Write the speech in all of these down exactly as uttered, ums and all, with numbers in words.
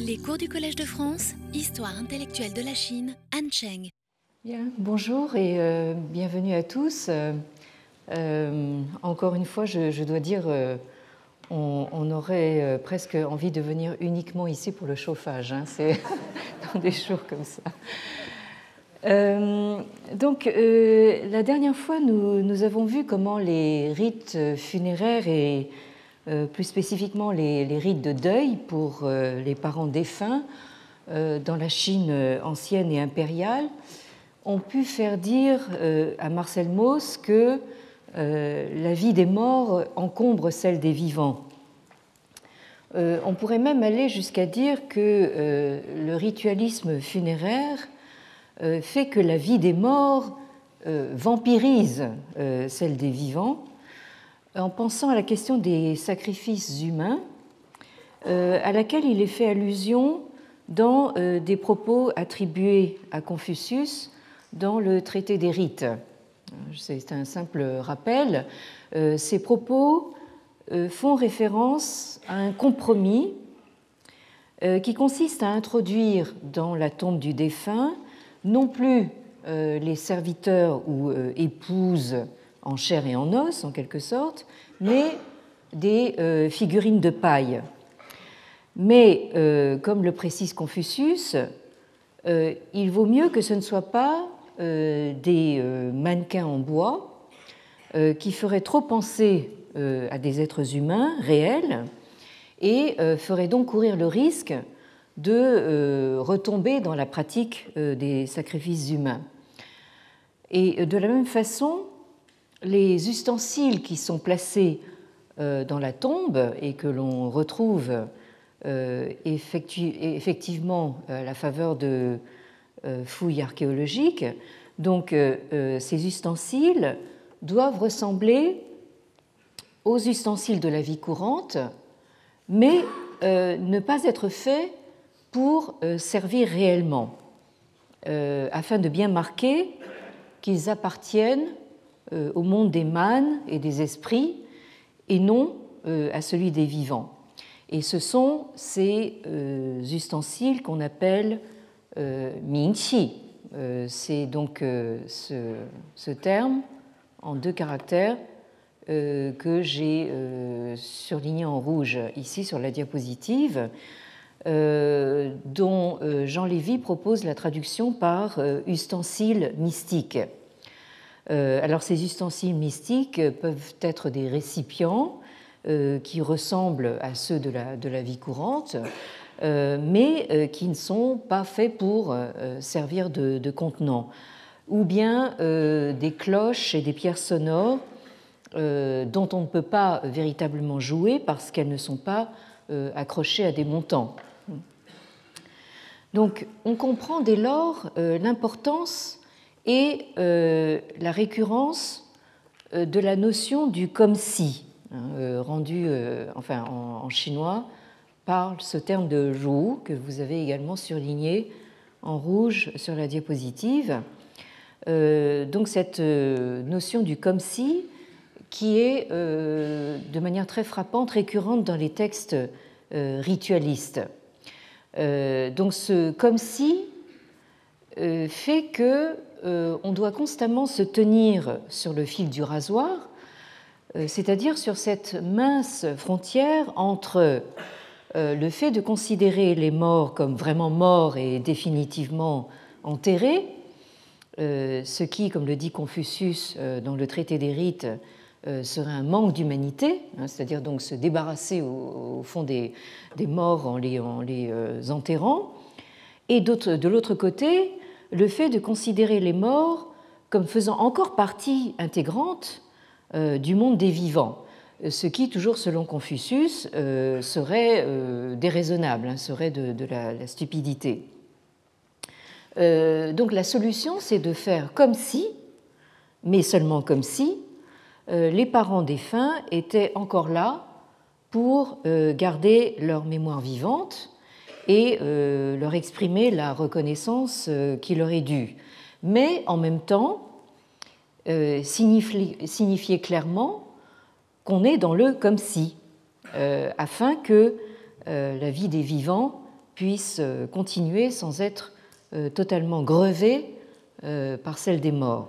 Les cours du Collège de France, Histoire intellectuelle de la Chine, Anne Cheng. Bien, bonjour et euh, bienvenue à tous. Euh, euh, encore une fois, je, je dois dire, euh, on, on aurait euh, presque envie de venir uniquement ici pour le chauffage. Hein, c'est dans des jours comme ça. Euh, donc, euh, la dernière fois, nous, nous avons vu comment les rites funéraires et euh, plus spécifiquement les, les rites de deuil pour euh, les parents défunts euh, dans la Chine ancienne et impériale ont pu faire dire euh, à Marcel Mauss que euh, la vie des morts encombre celle des vivants. Euh, on pourrait même aller jusqu'à dire que euh, le ritualisme funéraire euh, fait que la vie des morts euh, vampirise euh, celle des vivants, en pensant à la question des sacrifices humains, euh, à laquelle il est fait allusion dans euh, des propos attribués à Confucius dans le traité des rites. C'est un simple rappel. Euh, ces propos euh, font référence à un compromis euh, qui consiste à introduire dans la tombe du défunt non plus euh, les serviteurs ou euh, épouses en chair et en os, en quelque sorte, mais des euh, figurines de paille. Mais, euh, comme le précise Confucius, euh, il vaut mieux que ce ne soit pas euh, des euh, mannequins en bois euh, qui feraient trop penser euh, à des êtres humains réels et euh, feraient donc courir le risque de euh, retomber dans la pratique euh, des sacrifices humains. Et de la même façon, les ustensiles qui sont placés euh, dans la tombe et que l'on retrouve euh, effectu- effectivement à la faveur de euh, fouilles archéologiques, donc euh, euh, ces ustensiles doivent ressembler aux ustensiles de la vie courante, mais euh, ne pas être faits pour euh, servir réellement, euh, afin de bien marquer qu'ils appartiennent euh, au monde des mânes et des esprits et non euh, à celui des vivants. Et ce sont ces euh, ustensiles qu'on appelle euh, mingqi. Euh, c'est donc euh, ce, ce terme en deux caractères euh, que j'ai euh, surligné en rouge ici sur la diapositive, euh, dont euh, Jean Lévy propose la traduction par euh, ustensiles mystiques. Euh, alors ces ustensiles mystiques peuvent être des récipients euh, qui ressemblent à ceux de la, de la vie courante, euh, mais euh, qui ne sont pas faits pour euh, servir de, de contenant, ou bien euh, des cloches et des pierres sonores euh, dont on ne peut pas véritablement jouer parce qu'elles ne sont pas euh, accrochées à des montants. Donc on comprend dès lors euh, l'importance et euh, la récurrence euh, de la notion du comme si, hein, euh, rendu euh, enfin, en, en chinois par ce terme de zhou que vous avez également surligné en rouge sur la diapositive. Euh, donc cette euh, notion du comme si qui est euh, de manière très frappante récurrente dans les textes euh, ritualistes. Euh, donc ce comme si euh, fait que euh, on doit constamment se tenir sur le fil du rasoir, euh, c'est-à-dire sur cette mince frontière entre euh, le fait de considérer les morts comme vraiment morts et définitivement enterrés, euh, ce qui, comme le dit Confucius euh, dans le traité des rites, euh, serait un manque d'humanité, hein, c'est-à-dire donc se débarrasser au, au fond des, des morts en les, en les euh, enterrant, et de l'autre côté, le fait de considérer les morts comme faisant encore partie intégrante euh, du monde des vivants, ce qui, toujours selon Confucius, euh, serait euh, déraisonnable, hein, serait de, de la, la stupidité. Euh, donc la solution, c'est de faire comme si, mais seulement comme si, euh, les parents défunts étaient encore là pour euh, garder leur mémoire vivante et euh, leur exprimer la reconnaissance euh, qui leur est due. Mais en même temps, euh, signifier, signifier clairement qu'on est dans le comme si, euh, afin que euh, la vie des vivants puisse continuer sans être totalement grevée par celle des morts.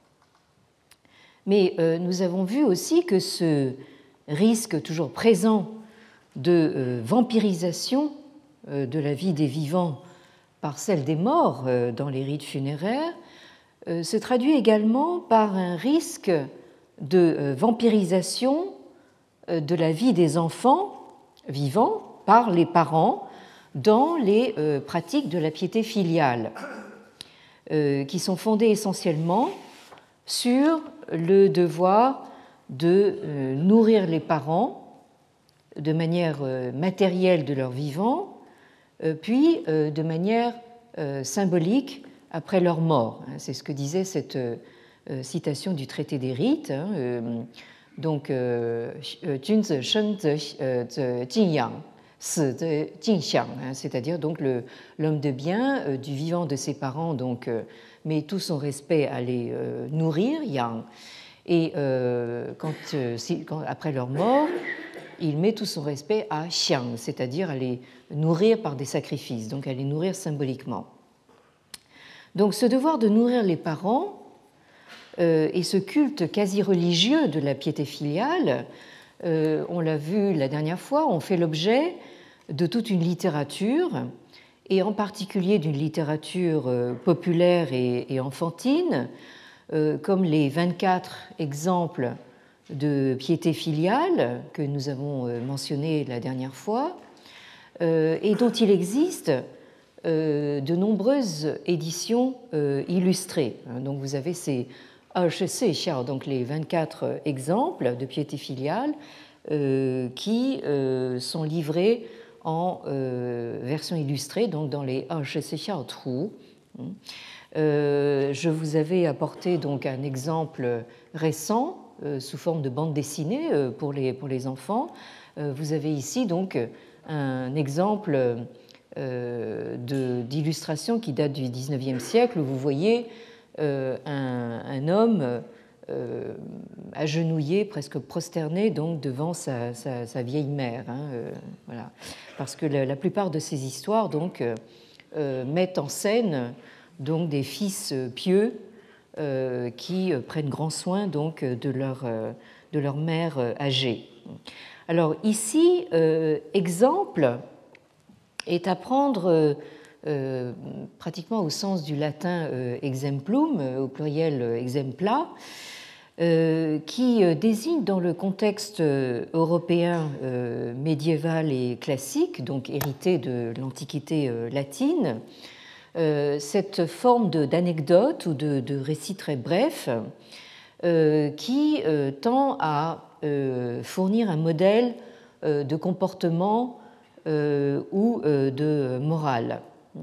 Mais nous avons vu aussi que ce risque toujours présent de vampirisation de la vie des vivants par celle des morts dans les rites funéraires se traduit également par un risque de vampirisation de la vie des enfants vivants par les parents dans les pratiques de la piété filiale, qui sont fondées essentiellement sur le devoir de nourrir les parents de manière matérielle de leur vivant, puis de manière symbolique après leur mort. C'est ce que disait cette citation du traité des rites. Donc, Junzi Shen Ze Jinyang, Si Ze Jinxiang, c'est-à-dire donc l'homme de bien du vivant de ses parents, donc met tout son respect à les nourrir, yang, et quand, quand après leur mort, il met tout son respect à xiang, c'est-à-dire à les nourrir par des sacrifices, donc à les nourrir symboliquement. Donc ce devoir de nourrir les parents euh, et ce culte quasi religieux de la piété filiale, euh, on l'a vu la dernière fois, ont fait l'objet de toute une littérature, et en particulier d'une littérature euh, populaire et, et enfantine, euh, comme les vingt-quatre exemples de piété filiale que nous avons mentionnés la dernière fois, euh, et dont il existe euh, de nombreuses éditions euh, illustrées. Donc vous avez ces donc les vingt-quatre exemples de piété filiale euh, qui euh, sont livrés en euh, version illustrée, donc dans les trous. Euh, je vous avais apporté donc un exemple récent euh, sous forme de bande dessinée euh, pour, les, pour les enfants. Euh, vous avez ici donc un exemple euh, d'illustration qui date du dix-neuvième siècle, où vous voyez euh, un, un homme euh, agenouillé, presque prosterné donc devant sa, sa, sa vieille mère. Hein, euh, voilà. Parce que la, la plupart de ces histoires donc, euh, mettent en scène donc, des fils pieux euh, qui prennent grand soin donc, de, leur, euh, de leur mère âgée. Alors ici, euh, exemple est à prendre euh, pratiquement au sens du latin euh, exemplum, au pluriel exempla, euh, qui désigne dans le contexte européen euh, médiéval et classique, donc hérité de l'Antiquité euh, latine, euh, cette forme d'anecdote ou de, de récit très bref euh, qui euh, tend à euh, fournir un modèle euh, de comportement euh, ou euh, de morale.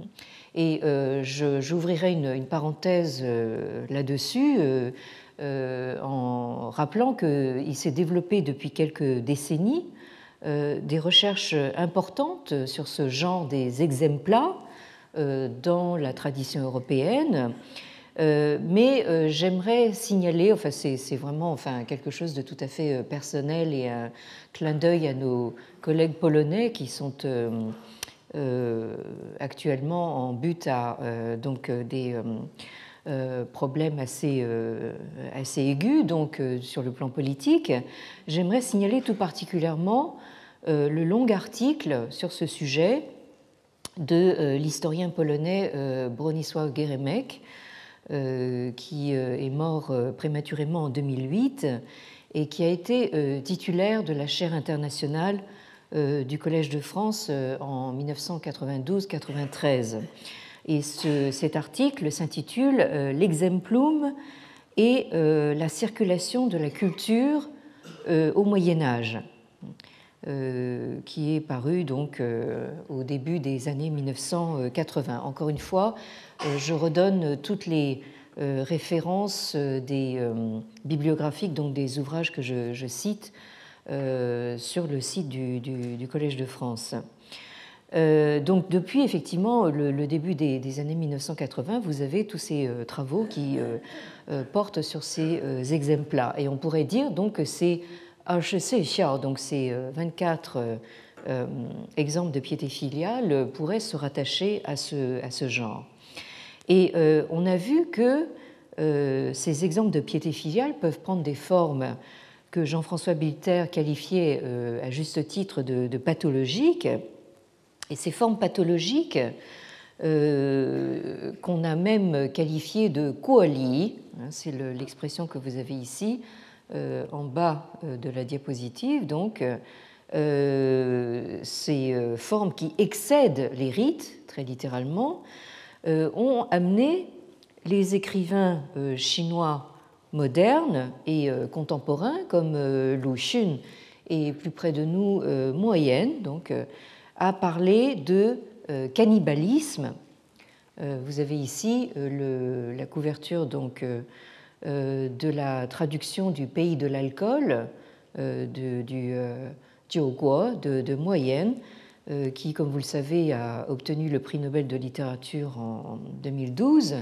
Et euh, j'ouvrirai une, une parenthèse euh, là-dessus euh, euh, en rappelant qu'il s'est développé depuis quelques décennies euh, des recherches importantes sur ce genre des exempla euh, dans la tradition européenne. Euh, mais euh, j'aimerais signaler, enfin c'est vraiment enfin, quelque chose de tout à fait personnel et un clin d'œil à nos collègues polonais qui sont euh, euh, actuellement en butte à euh, donc, des euh, euh, problèmes assez, euh, assez aigus donc, euh, sur le plan politique. J'aimerais signaler tout particulièrement euh, le long article sur ce sujet de euh, l'historien polonais euh, Bronisław Geremek, Euh, qui euh, est mort euh, prématurément en deux mille huit et qui a été euh, titulaire de la chaire internationale euh, du Collège de France euh, en mille neuf cent quatre-vingt-douze quatre-vingt-treize. Et ce, cet article s'intitule euh, L'exemplum et euh, la circulation de la culture euh, au Moyen Âge, euh, qui est paru donc euh, au début des années mille neuf cent quatre-vingts. Encore une fois, euh, je redonne toutes les euh, références des euh, bibliographiques, donc des ouvrages que je, je cite euh, sur le site du, du, du Collège de France. Euh, donc depuis effectivement le, le début des, des années mille neuf cent quatre-vingts, vous avez tous ces euh, travaux qui euh, euh, portent sur ces euh, exemples-là. Et on pourrait dire donc que c'est donc ces vingt-quatre euh, exemples de piété filiale pourraient se rattacher à ce, à ce genre. Et euh, on a vu que euh, ces exemples de piété filiale peuvent prendre des formes que Jean-François Bilter qualifiait euh, à juste titre de, de pathologiques. Et ces formes pathologiques, euh, qu'on a même qualifiées de koali, hein, c'est le, l'expression que vous avez ici, euh, en bas de la diapositive, donc, euh, ces formes qui excèdent les rites, très littéralement, euh, ont amené les écrivains euh, chinois modernes et euh, contemporains, comme euh, Lu Xun et plus près de nous, euh, Mo Yan, donc, euh, à parler de euh, cannibalisme. Euh, vous avez ici euh, le, la couverture donc, euh, euh, de la traduction du Pays de l'alcool euh, de, du euh, Jiuguo de, de Mo Yan, euh, qui, comme vous le savez, a obtenu le prix Nobel de littérature en deux mille douze.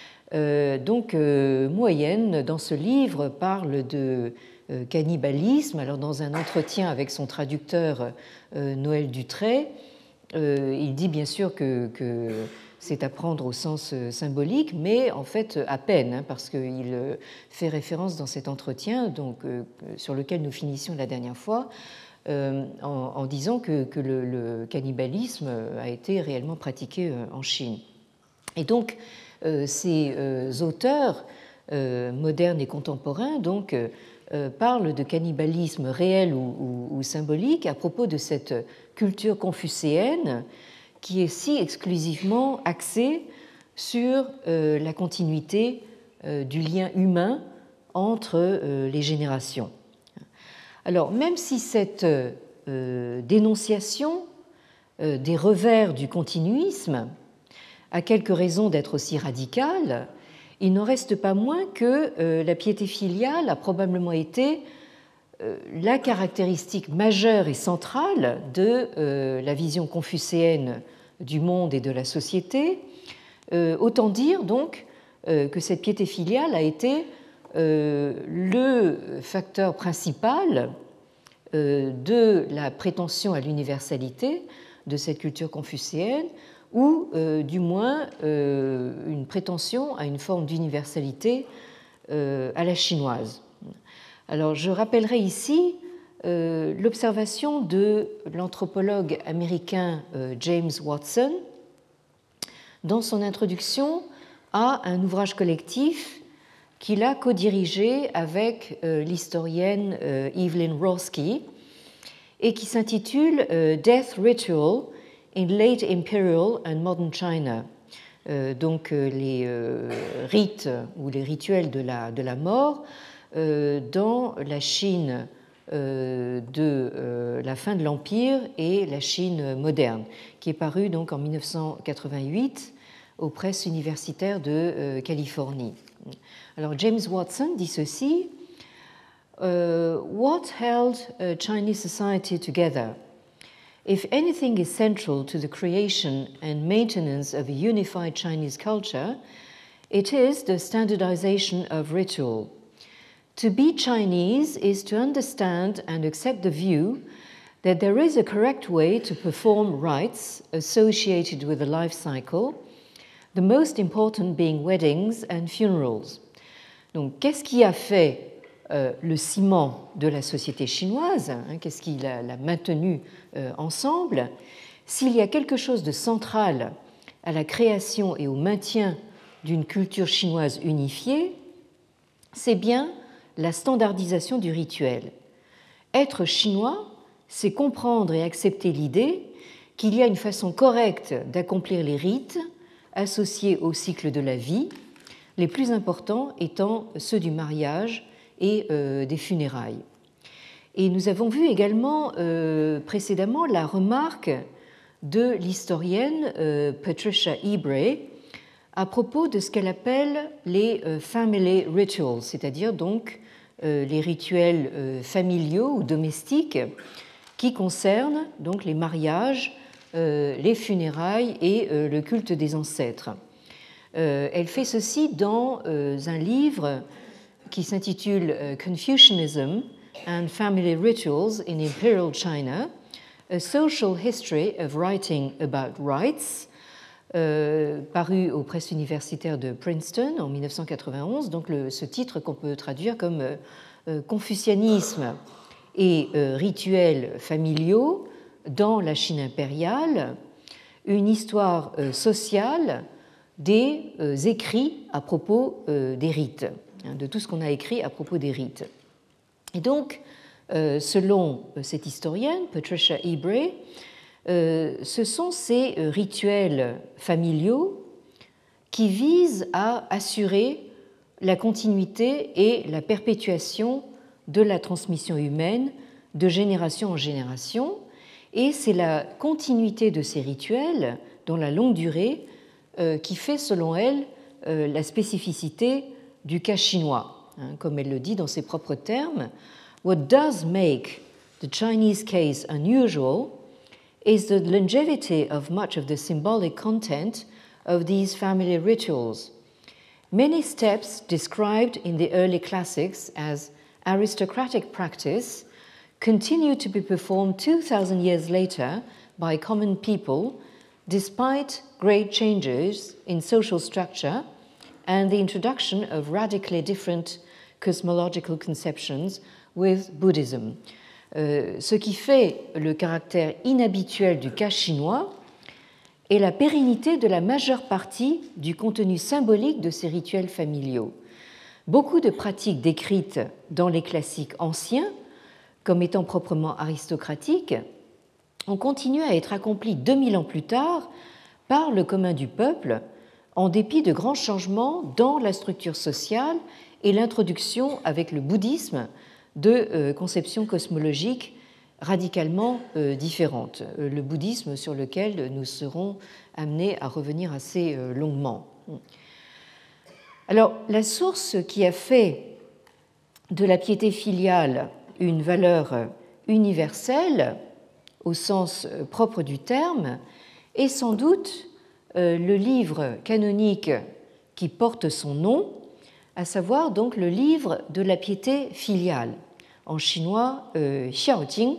Euh, donc, euh, Mo Yan, dans ce livre, parle de euh, cannibalisme. Alors, dans un entretien avec son traducteur euh, Noël Dutré, euh, il dit bien sûr que, que c'est à prendre au sens symbolique, mais en fait à peine, hein, parce qu'il fait référence dans cet entretien, donc, euh, sur lequel nous finissions la dernière fois, euh, en, en disant que, que le, le cannibalisme a été réellement pratiqué euh, en Chine. Et donc, euh, ces euh, auteurs euh, modernes et contemporains donc, euh, parlent de cannibalisme réel ou, ou, ou symbolique à propos de cette culture confucéenne qui est si exclusivement axée sur euh, la continuité euh, du lien humain entre euh, les générations. Alors, même si cette euh, dénonciation euh, des revers du continuisme a quelques raisons d'être aussi radicale, il n'en reste pas moins que euh, la piété filiale a probablement été euh, la caractéristique majeure et centrale de euh, la vision confucéenne du monde et de la société. Euh, autant dire donc euh, que cette piété filiale a été euh, le facteur principal euh, de la prétention à l'universalité de cette culture confucéenne, ou euh, du moins euh, une prétention à une forme d'universalité euh, à la chinoise. Alors, je rappellerai ici euh, l'observation de l'anthropologue américain euh, James Watson dans son introduction à un ouvrage collectif qu'il a co-dirigé avec euh, l'historienne euh, Evelyn Roski et qui s'intitule euh, Death Ritual in Late Imperial and Modern China. Euh, donc euh, les euh, rites ou les rituels de la, de la mort euh, dans la Chine euh, de euh, la fin de l'Empire et la Chine moderne, qui est paru donc en mille neuf cent quatre-vingt-huit aux presses universitaires de euh, Californie. Alors James Watson dit ceci: uh, What held uh, Chinese society together? If anything is central to the creation and maintenance of a unified Chinese culture, it is the standardization of ritual. To be Chinese is to understand and accept the view that there is a correct way to perform rites associated with the life cycle, the most important being weddings and funerals. Donc, qu'est-ce qui a fait euh, le ciment de la société chinoise, hein, qu'est-ce qui l'a, l'a maintenu euh, ensemble? S'il y a quelque chose de central à la création et au maintien d'une culture chinoise unifiée, c'est bien la standardisation du rituel. Être chinois, c'est comprendre et accepter l'idée qu'il y a une façon correcte d'accomplir les rites associés au cycle de la vie, les plus importants étant ceux du mariage et euh, des funérailles. Et nous avons vu également euh, précédemment la remarque de l'historienne euh, Patricia Ebrey à propos de ce qu'elle appelle les euh, family rituals, c'est-à-dire donc euh, les rituels euh, familiaux ou domestiques qui concernent donc les mariages, euh, les funérailles et euh, le culte des ancêtres. Euh, elle fait ceci dans euh, un livre qui s'intitule Confucianism and Family Rituals in Imperial China, A Social History of Writing About Rights, euh, paru aux presses universitaires de Princeton en mille neuf cent quatre-vingt-onze, donc le, ce titre qu'on peut traduire comme euh, Confucianisme et euh, rituels familiaux dans la Chine impériale, une histoire euh, sociale des euh, écrits à propos euh, des rites, hein, de tout ce qu'on a écrit à propos des rites. Et donc, euh, selon cette historienne, Patricia Ebrey, euh, ce sont ces rituels familiaux qui visent à assurer la continuité et la perpétuation de la transmission humaine de génération en génération, et c'est la continuité de ces rituels dans la longue durée euh, qui fait, selon elle, euh, la spécificité du cas chinois. Hein, comme elle le dit dans ses propres termes, what does make the Chinese case unusual is the longevity of much of the symbolic content of these family rituals. Many steps described in the early classics as aristocratic practice continue to be performed two thousand years later by common people despite great changes in social structure and the introduction of radically different cosmological conceptions with Buddhism. Euh, ce qui fait le caractère inhabituel du cas chinois est la pérennité de la majeure partie du contenu symbolique de ces rituels familiaux. Beaucoup de pratiques décrites dans les classiques anciens comme étant proprement aristocratiques, ont continué à être accomplies deux mille ans plus tard par le commun du peuple, en dépit de grands changements dans la structure sociale et l'introduction avec le bouddhisme de euh, conceptions cosmologiques radicalement euh, différentes. Le bouddhisme sur lequel nous serons amenés à revenir assez euh, longuement. Alors, la source qui a fait de la piété filiale une valeur universelle, au sens propre du terme, est sans doute le livre canonique qui porte son nom, à savoir donc le livre de la piété filiale, en chinois euh, Xiaojing,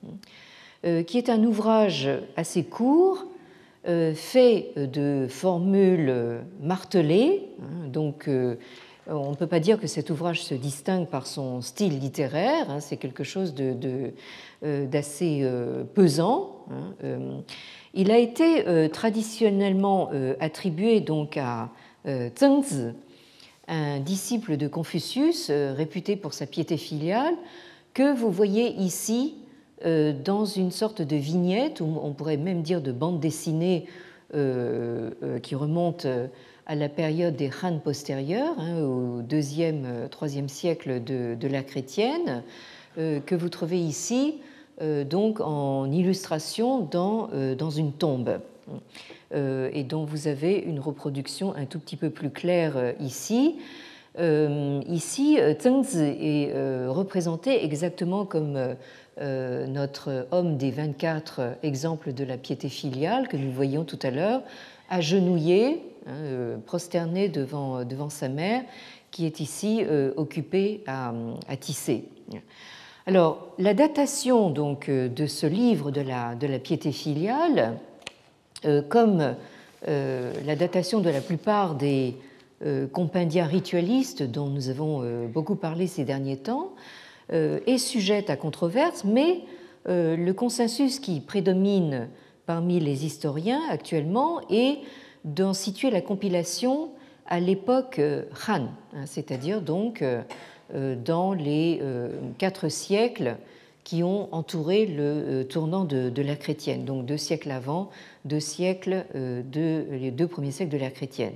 euh, qui est un ouvrage assez court, euh, fait de formules martelées, hein, donc euh, on ne peut pas dire que cet ouvrage se distingue par son style littéraire, hein, c'est quelque chose de, de, euh, d'assez euh, pesant. Hein, euh, il a été euh, traditionnellement euh, attribué donc à euh, Zhengzi, un disciple de Confucius euh, réputé pour sa piété filiale, que vous voyez ici euh, dans une sorte de vignette, ou on pourrait même dire de bande dessinée euh, euh, qui remonte euh, à la période des Han postérieurs, hein, au deuxième, troisième siècle de, de l'ère chrétienne, euh, que vous trouvez ici euh, donc en illustration dans, euh, dans une tombe, euh, et dont vous avez une reproduction un tout petit peu plus claire euh, ici. Euh, ici, Zhengzi est euh, représenté exactement comme euh, notre homme des vingt-quatre exemples de la piété filiale que nous voyions tout à l'heure, agenouillé, hein, prosterné devant, devant sa mère, qui est ici euh, occupée à, à tisser. Alors, la datation donc, de ce livre de la, de la piété filiale, euh, comme euh, la datation de la plupart des euh, compendia ritualistes dont nous avons euh, beaucoup parlé ces derniers temps, euh, est sujette à controverse, mais euh, le consensus qui prédomine parmi les historiens actuellement est d'en situer la compilation à l'époque Han, c'est-à-dire donc dans les quatre siècles qui ont entouré le tournant de, de l'ère chrétienne, donc deux siècles avant, deux siècles de, les deux premiers siècles de l'ère chrétienne.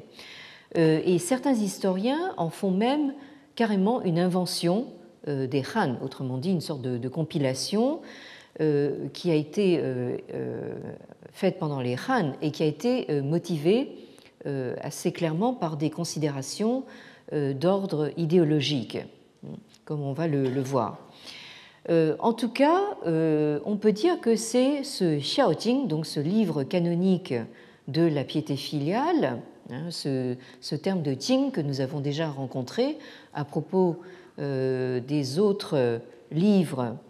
Et certains historiens en font même carrément une invention des Han, autrement dit une sorte de, de compilation Euh, qui a été euh, euh, faite pendant les Han et qui a été euh, motivée euh, assez clairement par des considérations euh, d'ordre idéologique, comme on va le, le voir. Euh, en tout cas, euh, on peut dire que c'est ce Xiaojing, donc ce livre canonique de la piété filiale, hein, ce, ce terme de Jing que nous avons déjà rencontré à propos euh, des autres livres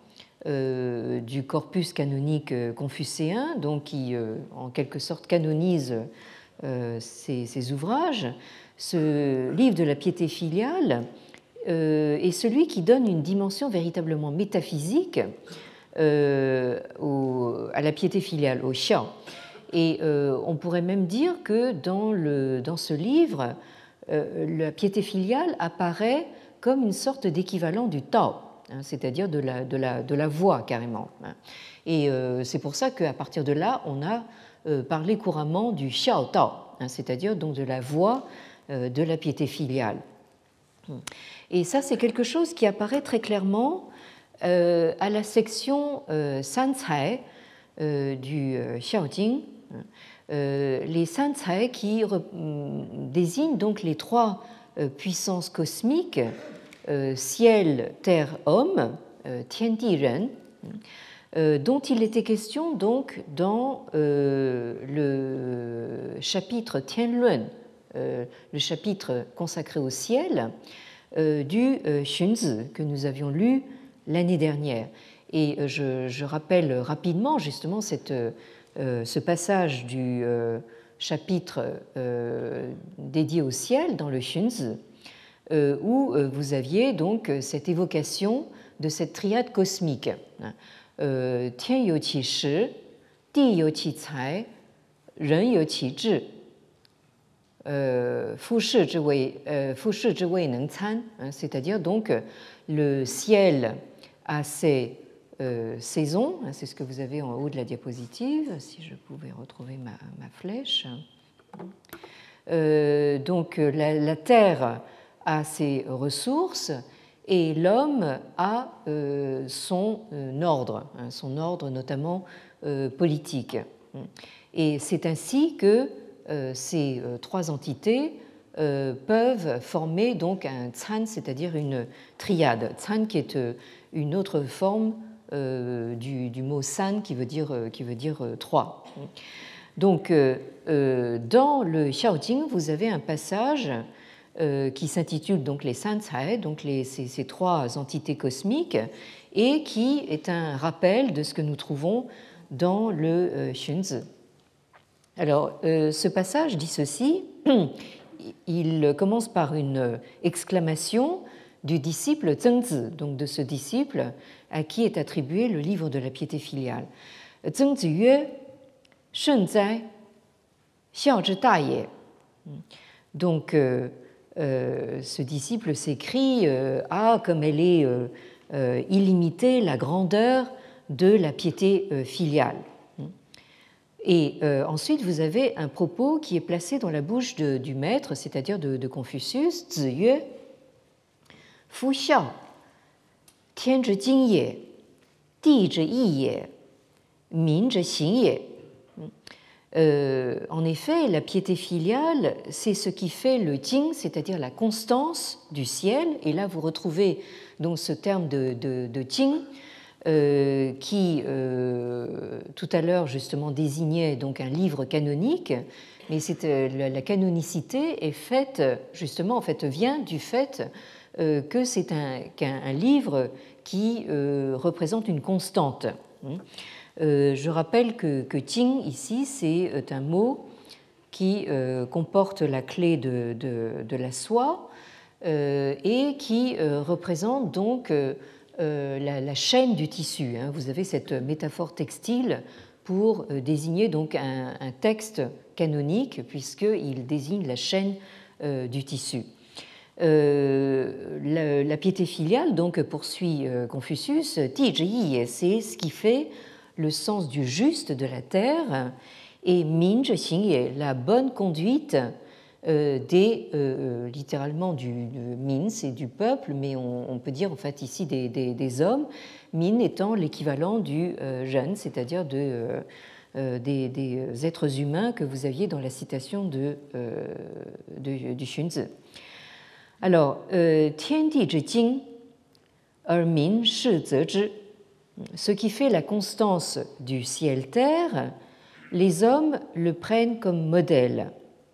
euh, du corpus canonique confucéen, donc qui euh, en quelque sorte canonise euh, ces, ces ouvrages. Ce livre de la piété filiale euh, est celui qui donne une dimension véritablement métaphysique euh, au, à la piété filiale, au xiao. Et euh, on pourrait même dire que dans, le, dans ce livre, euh, la piété filiale apparaît comme une sorte d'équivalent du Tao, hein, c'est-à-dire de la, de, la, de la voie carrément. Hein. Et euh, c'est pour ça qu'à partir de là, on a euh, parlé couramment du Xiao Tao, hein, c'est-à-dire donc de la voie euh, de la piété filiale. Et ça, c'est quelque chose qui apparaît très clairement euh, à la section euh, Sancai euh, du euh, Xiaojing. Euh, les Sancai qui euh, désignent donc les trois euh, puissances cosmiques, euh, ciel, terre, homme, euh, Tiandi Ren, euh, dont il était question donc dans euh, le chapitre Tianlun, euh, le chapitre consacré au ciel, euh, du euh, Xunzi que nous avions lu l'année dernière. Et euh, je, je rappelle rapidement justement cette, euh, ce passage du euh, chapitre euh, dédié au ciel dans le Xunzi, euh, où euh, vous aviez donc cette évocation de cette triade cosmique. Euh, Tian you qi shi, Di you qi cai, Ren you qi zhi, Fu shi zhi wei, Fu shi zhi wei neng can, c'est-à-dire donc le ciel a ses euh, saisons, c'est ce que vous avez en haut de la diapositive, si je pouvais retrouver ma, ma flèche. Euh, donc la, la terre a ses ressources et l'homme a euh, son euh, ordre, hein, son ordre notamment euh, politique. Et c'est ainsi que euh, ces euh, trois entités euh, peuvent former donc un Can, c'est-à-dire une triade. Can qui est euh, une autre forme euh, du, du mot San qui veut dire, euh, qui veut dire euh, trois. Donc euh, euh, dans le Xiaojing, vous avez un passage Euh, qui s'intitule donc les Sancai, donc les, ces, ces trois entités cosmiques, et qui est un rappel de ce que nous trouvons dans le euh, Xunzi. Alors, euh, ce passage dit ceci, il commence par une exclamation du disciple Zhengzi, donc de ce disciple à qui est attribué le livre de la piété filiale. Zhengzi yue, Shen zai, xiao zhi da ye. Donc, euh, Euh, ce disciple s'écrie euh, Ah, comme elle est euh, euh, illimitée, la grandeur de la piété euh, filiale. Et euh, ensuite, vous avez un propos qui est placé dans la bouche de, du maître, c'est-à-dire de, de Confucius, Zi yue, Fu xiao, tian zhi jing ye, di zhi yi ye, min zhi xing ye. Euh, en effet, la piété filiale, c'est ce qui fait le jing, c'est-à-dire la constance du ciel. Et là, vous retrouvez donc ce terme de, de, de jing euh, qui, euh, tout à l'heure, justement, désignait donc un livre canonique. Mais c'est, euh, la, la canonicité est faite, justement, en fait, vient du fait euh, que c'est un, qu'un un livre qui euh, représente une constante. Euh, je rappelle que, que Jing, ici, c'est un mot qui euh, comporte la clé de, de, de la soie euh, et qui euh, représente donc euh, la, la chaîne du tissu. Hein. Vous avez cette métaphore textile pour euh, désigner donc un, un texte canonique, puisqu'il désigne la chaîne euh, du tissu. Euh, la, la piété filiale, donc, poursuit euh, Confucius, Di zhi yi, c'est ce qui fait le sens du juste de la terre, et min zhi xing ye, la bonne conduite euh, des, euh, littéralement du, du min, c'est du peuple, mais on, on peut dire en fait ici des, des, des hommes, min étant l'équivalent du euh, jeune, c'est-à-dire de, euh, euh, des, des êtres humains que vous aviez dans la citation de, euh, de, du Xunzi. Alors, euh, tian di zhi jing, er min shi ze zhi. Ce qui fait la constance du ciel-terre, les hommes le prennent comme modèle.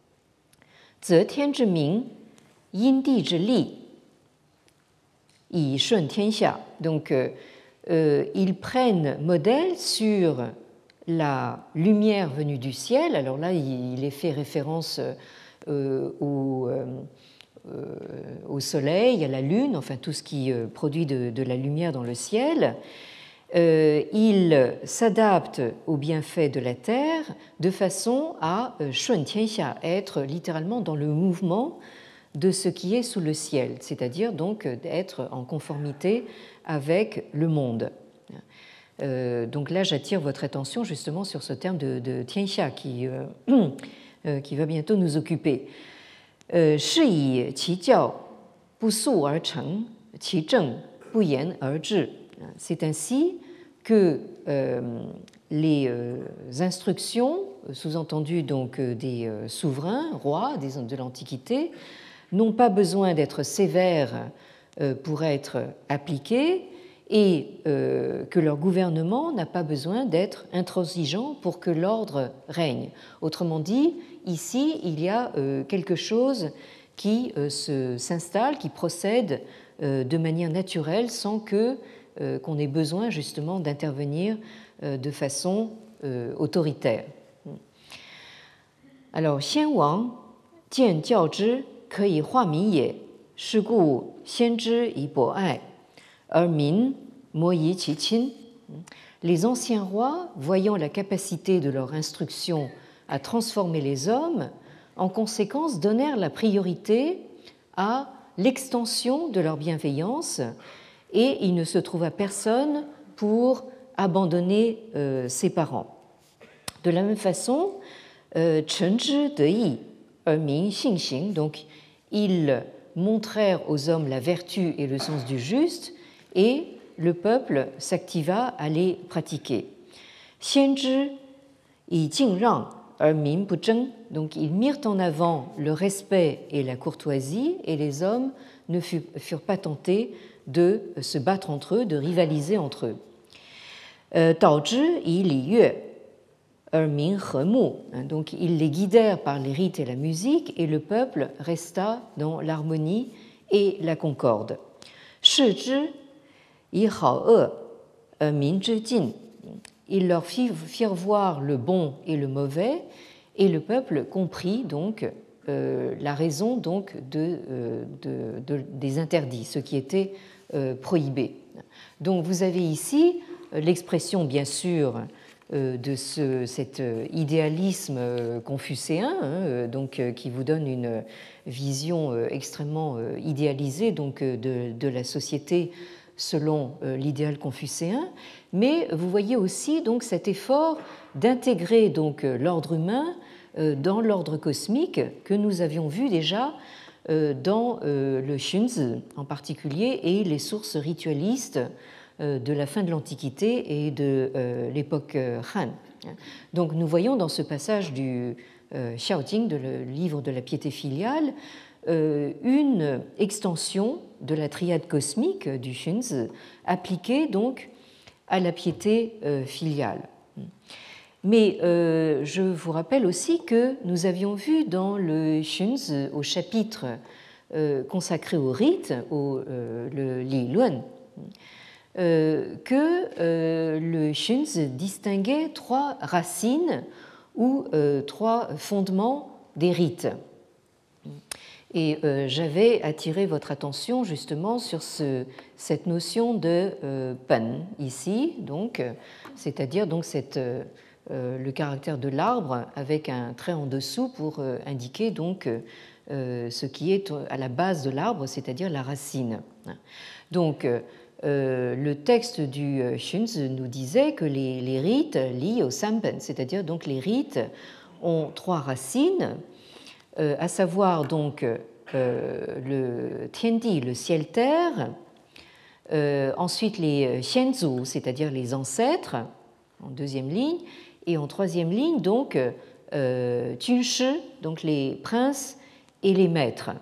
Ze tian zhi ming, yin di zhi li, yi shun tian xia. Donc, euh, ils prennent modèle sur la lumière venue du ciel. Alors là, il est fait référence euh, au, euh, au soleil, à la lune, enfin tout ce qui produit de, de la lumière dans le ciel. Euh, il s'adapte aux bienfaits de la terre de façon à euh, shun tianxia, être littéralement dans le mouvement de ce qui est sous le ciel, c'est-à-dire donc d'être en conformité avec le monde. Euh, donc là, j'attire votre attention justement sur ce terme de, de tianxia qui, euh, euh, qui va bientôt nous occuper. Shi yi qi jiao bu su er cheng, qi zheng bu yan er zhi. C'est ainsi que euh, les euh, instructions, sous-entendues donc des euh, souverains, rois des, de l'Antiquité, n'ont pas besoin d'être sévères euh, pour être appliquées et euh, que leur gouvernement n'a pas besoin d'être intransigeant pour que l'ordre règne. Autrement dit, ici, il y a euh, quelque chose qui euh, se, s'installe, qui procède euh, de manière naturelle sans que Euh, qu'on ait besoin justement d'intervenir euh, de façon euh, autoritaire. Alors, Xian Wang jian jiao zhi ke yi hua min ye, shi gu xian zhi yi bo ai, er min mo yi qi qin. Les anciens rois, voyant la capacité de leur instruction à transformer les hommes, en conséquence donnèrent la priorité à l'extension de leur bienveillance et il ne se trouva personne pour abandonner euh, ses parents. De la même façon, Chen zhi de yi, er min xing xing, donc ils montrèrent aux hommes la vertu et le sens du juste, et le peuple s'activa à les pratiquer. Xian zhi yi jing rang, er min bu zheng, donc ils mirent en avant le respect et la courtoisie, et les hommes ne furent pas tentés de se battre entre eux, de rivaliser entre eux. Dao zhi yi li yue, er min he mu. Donc ils les guidèrent par les rites et la musique, et le peuple resta dans l'harmonie et la concorde. Shi zhi yi hao e, er min zhi jin. Ils leur firent voir le bon et le mauvais, et le peuple comprit donc euh, la raison donc de, euh, de, de, des interdits, ce qui était euh, prohibé. Donc vous avez ici l'expression bien sûr de ce, cet idéalisme confucéen, hein, donc, qui vous donne une vision extrêmement idéalisée donc, de, de la société selon l'idéal confucéen, mais vous voyez aussi donc, cet effort d'intégrer donc, l'ordre humain dans l'ordre cosmique que nous avions vu déjà dans le Xunzi en particulier et les sources ritualistes de la fin de l'Antiquité et de euh, l'époque Han. Donc nous voyons dans ce passage du euh, Xiaojing, de le livre de la piété filiale, euh, une extension de la triade cosmique du Xunzi appliquée donc à la piété euh, filiale. Mais euh, je vous rappelle aussi que nous avions vu dans le Xunzi, au chapitre euh, consacré au rite, au euh, le Li Luan, Euh, que euh, le Xunzi distinguait trois racines ou euh, trois fondements des rites. Et euh, j'avais attiré votre attention justement sur ce, cette notion de euh, pen ici, donc, c'est-à-dire donc cette, euh, le caractère de l'arbre avec un trait en dessous pour euh, indiquer donc euh, ce qui est à la base de l'arbre, c'est-à-dire la racine. Donc Euh, le texte du Xunzi nous disait que les, les rites liés au Sampen, c'est-à-dire donc les rites ont trois racines, euh, à savoir donc euh, le Tiandi, le ciel-terre, euh, ensuite les Xianzu, c'est-à-dire les ancêtres, en deuxième ligne, et en troisième ligne donc euh, Junshi, donc les princes et les maîtres.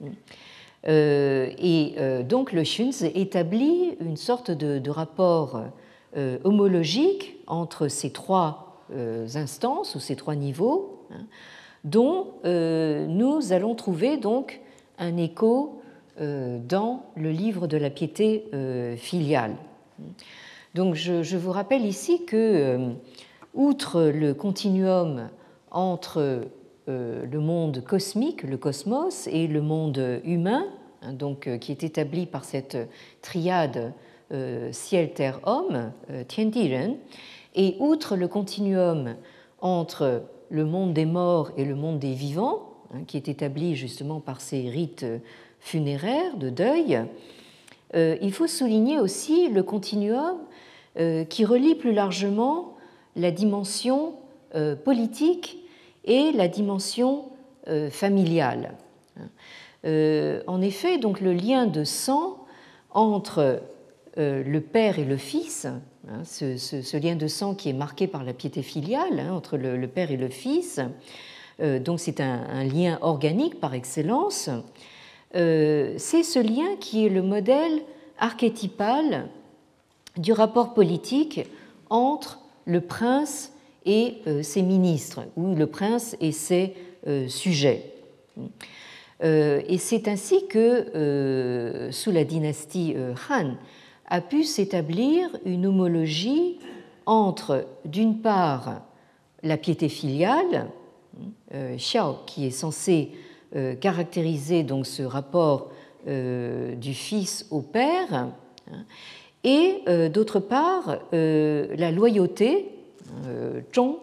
Euh, et euh, donc le Xunzi établit une sorte de, de rapport euh, homologique entre ces trois euh, instances ou ces trois niveaux, hein, dont euh, nous allons trouver donc un écho euh, dans le livre de la piété euh, filiale. Donc je, je vous rappelle ici que, euh, outre le continuum entre euh, le monde cosmique, le cosmos, et le monde humain, hein, donc, euh, qui est établi par cette triade euh, ciel, terre, homme, euh, Tiandiren, et outre le continuum entre le monde des morts et le monde des vivants, hein, qui est établi justement par ces rites funéraires de deuil, euh, il faut souligner aussi le continuum euh, qui relie plus largement la dimension euh, politique et la dimension euh, familiale. Euh, en effet, donc, le lien de sang entre euh, le père et le fils, hein, ce, ce, ce lien de sang qui est marqué par la piété filiale, hein, entre le, le père et le fils, euh, donc c'est un, un lien organique par excellence, euh, c'est ce lien qui est le modèle archétypal du rapport politique entre le prince et euh, ses ministres, ou le prince et ses euh, sujets. Euh, et c'est ainsi que, euh, sous la dynastie euh, Han, a pu s'établir une homologie entre, d'une part, la piété filiale, euh, Xiao, qui est censée euh, caractériser donc ce rapport euh, du fils au père, hein, et euh, d'autre part, euh, la loyauté, euh, Zhong,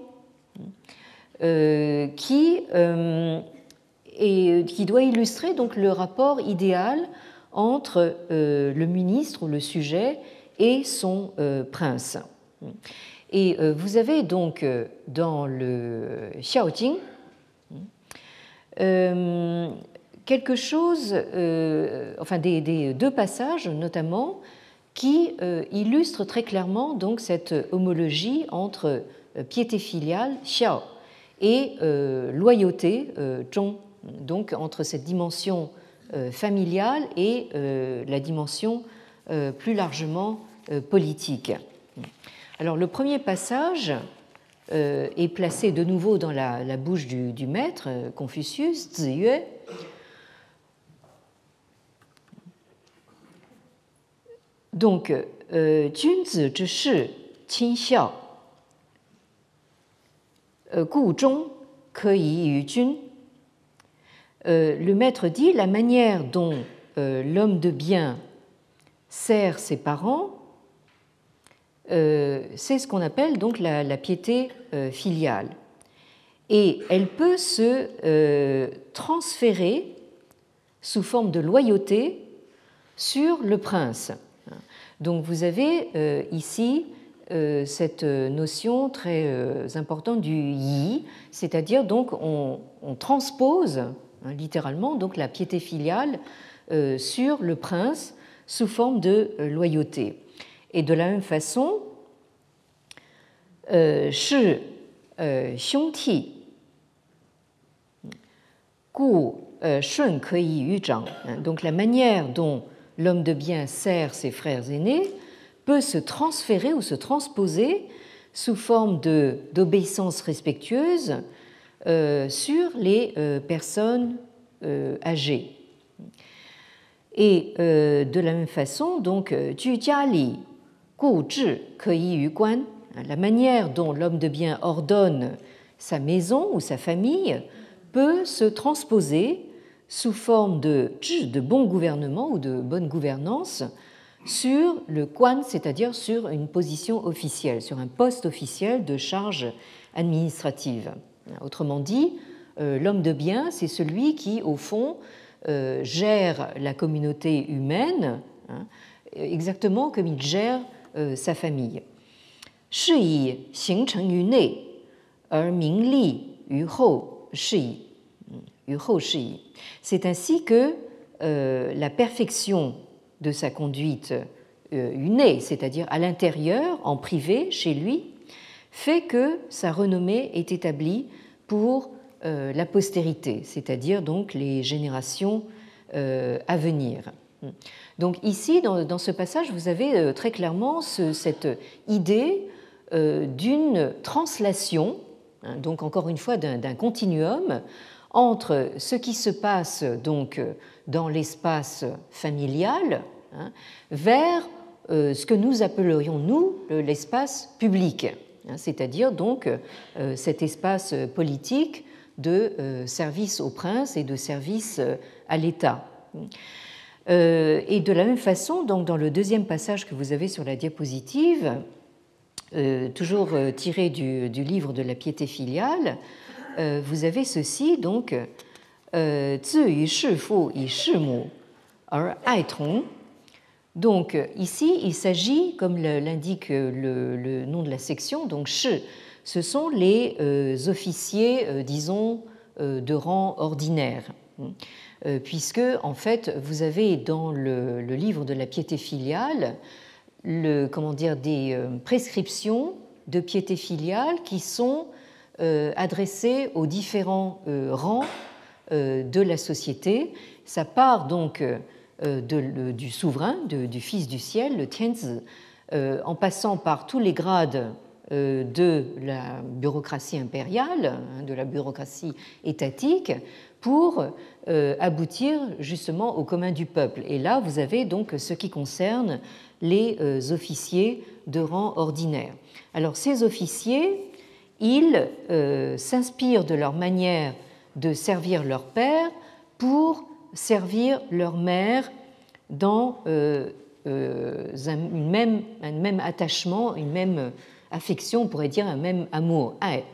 euh, qui, euh, et, qui doit illustrer donc le rapport idéal entre euh, le ministre ou le sujet et son euh, prince. Et euh, vous avez donc euh, dans le Xiaojing euh, quelque chose, euh, enfin des, des deux passages notamment, qui euh, illustrent très clairement donc cette homologie entre euh, piété filiale, Xiao, et euh, loyauté, euh, Zhong, donc entre cette dimension euh, familiale et euh, la dimension euh, plus largement euh, politique. Alors le premier passage euh, est placé de nouveau dans la, la bouche du, du maître, euh, Confucius, Ziyue. Donc, euh, Junzi zhi shi qin xiao, gu zhong ke yi yu jun. Le maître dit la manière dont euh, l'homme de bien sert ses parents, euh, c'est ce qu'on appelle donc la, la piété euh, filiale. Et elle peut se euh, transférer sous forme de loyauté sur le prince. Donc vous avez euh, ici euh, cette notion très euh, importante du yi, c'est-à-dire donc on, on transpose hein, littéralement donc la piété filiale euh, sur le prince sous forme de euh, loyauté. Et de la même façon, euh, shi euh, xiong ti gu euh, shun ke yi yu zhang, donc la manière dont l'homme de bien sert ses frères aînés peut se transférer ou se transposer sous forme de, d'obéissance respectueuse euh, sur les euh, personnes euh, âgées. Et euh, de la même façon, donc, ju jia li gu zhi ke yi yu guan, la manière dont l'homme de bien ordonne sa maison ou sa famille peut se transposer sous forme de, de bon gouvernement ou de bonne gouvernance sur le quan, c'est-à-dire sur une position officielle, sur un poste officiel de charge administrative. Autrement dit, l'homme de bien, c'est celui qui, au fond, gère la communauté humaine hein, exactement comme il gère sa famille. 是以形成于内，而名利于后是以。 C'est ainsi que euh, la perfection de sa conduite euh, unée, c'est-à-dire à l'intérieur, en privé, chez lui, fait que sa renommée est établie pour euh, la postérité, c'est-à-dire donc les générations euh, à venir. Donc ici, dans, dans ce passage, vous avez euh, très clairement ce, cette idée euh, d'une translation, hein, donc encore une fois d'un, d'un continuum, entre ce qui se passe donc dans l'espace familial hein, vers euh, ce que nous appellerions, nous, l'espace public, hein, c'est-à-dire donc euh, cet espace politique de euh, service au prince et de service euh, à l'État. Euh, et de la même façon, donc, dans le deuxième passage que vous avez sur la diapositive, euh, toujours euh, tiré du, du livre de la piété filiale, euh, vous avez ceci, donc, euh, 自于弑父以弑母而爱同. Donc ici, il s'agit, comme l'indique le, le nom de la section, donc shi, ce sont les euh, officiers, euh, disons, euh, de rang ordinaire, euh, puisque en fait, vous avez dans le, le livre de la piété filiale, le, comment dire, des euh, prescriptions de piété filiale qui sont euh, adressées aux différents euh, rangs euh, de la société. Ça part donc euh, de, le, du souverain, de, du fils du ciel, le Tianzi, euh, en passant par tous les grades euh, de la bureaucratie impériale, hein, de la bureaucratie étatique, pour euh, aboutir justement au commun du peuple. Et là, vous avez donc ce qui concerne les euh, officiers de rang ordinaire. Alors, ces officiers, ils euh, s'inspirent de leur manière de servir leur père pour servir leur mère dans euh, euh, un, une même, un même attachement, une même affection, on pourrait dire un même amour.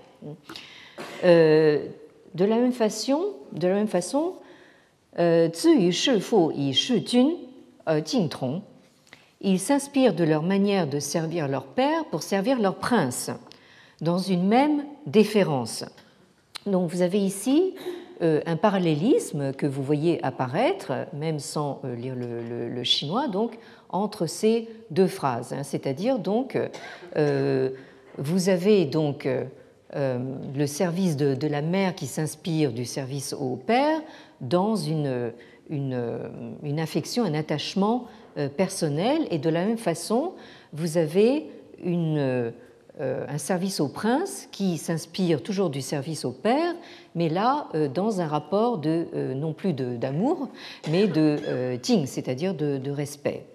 Euh, de la même façon, de la même façon, euh, 自于弑父以弑君而敬同. Ils s'inspirent de leur manière de servir leur père pour servir leur prince, dans une même déférence. Donc vous avez ici euh, un parallélisme que vous voyez apparaître, même sans euh, lire le, le, le chinois, donc, entre ces deux phrases. Hein, c'est-à-dire, donc, euh, vous avez donc euh, le service de, de la mère qui s'inspire du service au père dans une, une, une affection, un attachement personnel, et de la même façon, vous avez une, euh, un service au prince qui s'inspire toujours du service au père, mais là, euh, dans un rapport de, euh, non plus d'amour, mais de euh, jing, c'est-à-dire de, de respect.